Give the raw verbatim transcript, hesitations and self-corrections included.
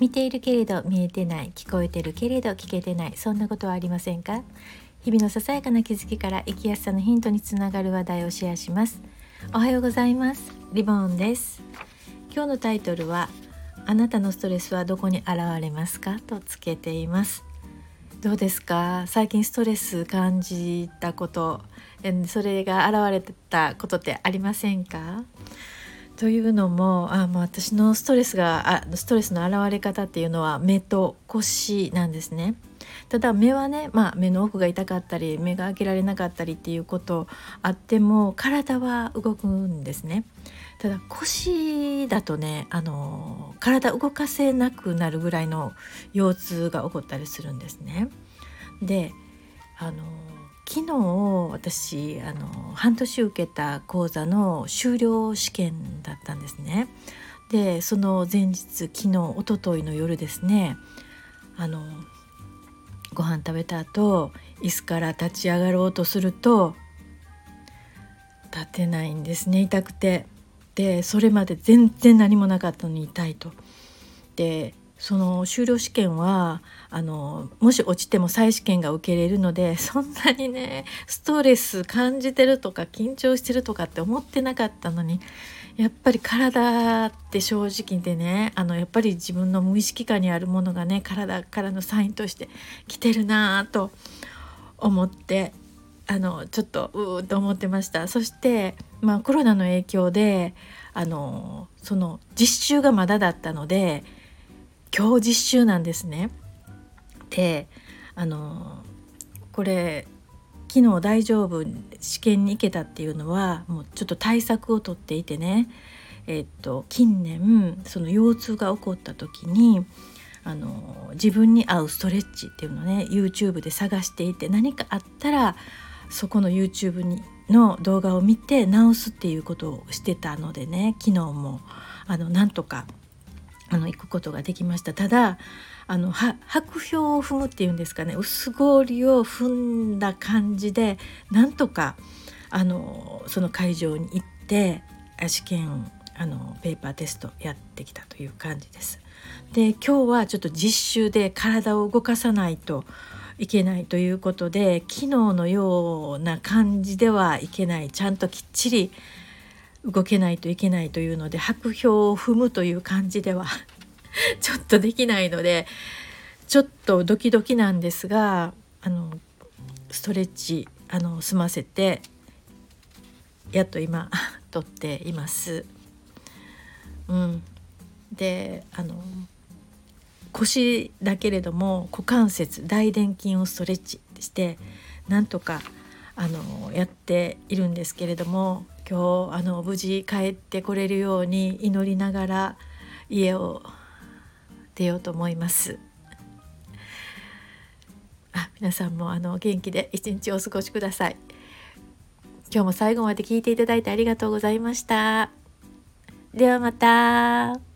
見ているけれど見えてない、聞こえてるけれど聞けてない、そんなことはありませんか？日々のささやかな気づきから生きやすさのヒントにつながる話題をシェアします。おはようございます。リボンです。今日のタイトルは、あなたのストレスはどこに現れますかとつけています。どうですか？最近ストレス感じたこと、それが現れたことってありませんか？というのも、あもう私のストレスがあストレスの現れ方っていうのは目と腰なんですね。ただ目はね、まあ、目の奥が痛かったり目が開けられなかったりっていうことあっても体は動くんですね。ただ腰だとね、あの体動かせなくなるぐらいの腰痛が起こったりするんですね。であの昨日私あの半年受けた講座の修了試験だったんですね。でその前日、昨日一昨日の夜ですね、あのご飯食べた後椅子から立ち上がろうとすると立てないんですね、痛くて。でそれまで全然何もなかったのに痛いと。でその修了試験はあのもし落ちても再試験が受けれるので、そんなにねストレス感じてるとか緊張してるとかって思ってなかったのに、やっぱり体って正直でね、あのやっぱり自分の無意識下にあるものがね、体からのサインとして来てるなと思って、あのちょっとうーっと思ってました。そして、まあ、コロナの影響であのその実習がまだだったので、今日実習なんですね。であのこれ昨日大丈夫試験に行けたっていうのは、もうちょっと対策をとっていてね、えっと近年その腰痛が起こった時にあの自分に合うストレッチっていうのをね YouTube で探していて、何かあったらそこの YouTube にの動画を見て治すっていうことをしてたのでね、昨日もあのなんとかあの行くことができました。ただあのは白氷を踏むっていうんですかね、薄氷を踏んだ感じでなんとかあのその会場に行って試験あのペーパーテストやってきたという感じです。で今日はちょっと実習で体を動かさないといけないということで、昨日のような感じではいけない、ちゃんときっちり動けないといけないというので、白氷を踏むという感じではちょっとできないので、ちょっとドキドキなんですが、あのストレッチあの済ませてやっと今撮っています。うん、であの腰だけれども股関節大臀筋をストレッチしてなんとかあのやっているんですけれども、今日あの無事帰ってこれるように祈りながら家を出ようと思います。あ皆さんもあの元気で一日お過ごしください。今日も最後まで聞いていただいてありがとうございました。ではまた。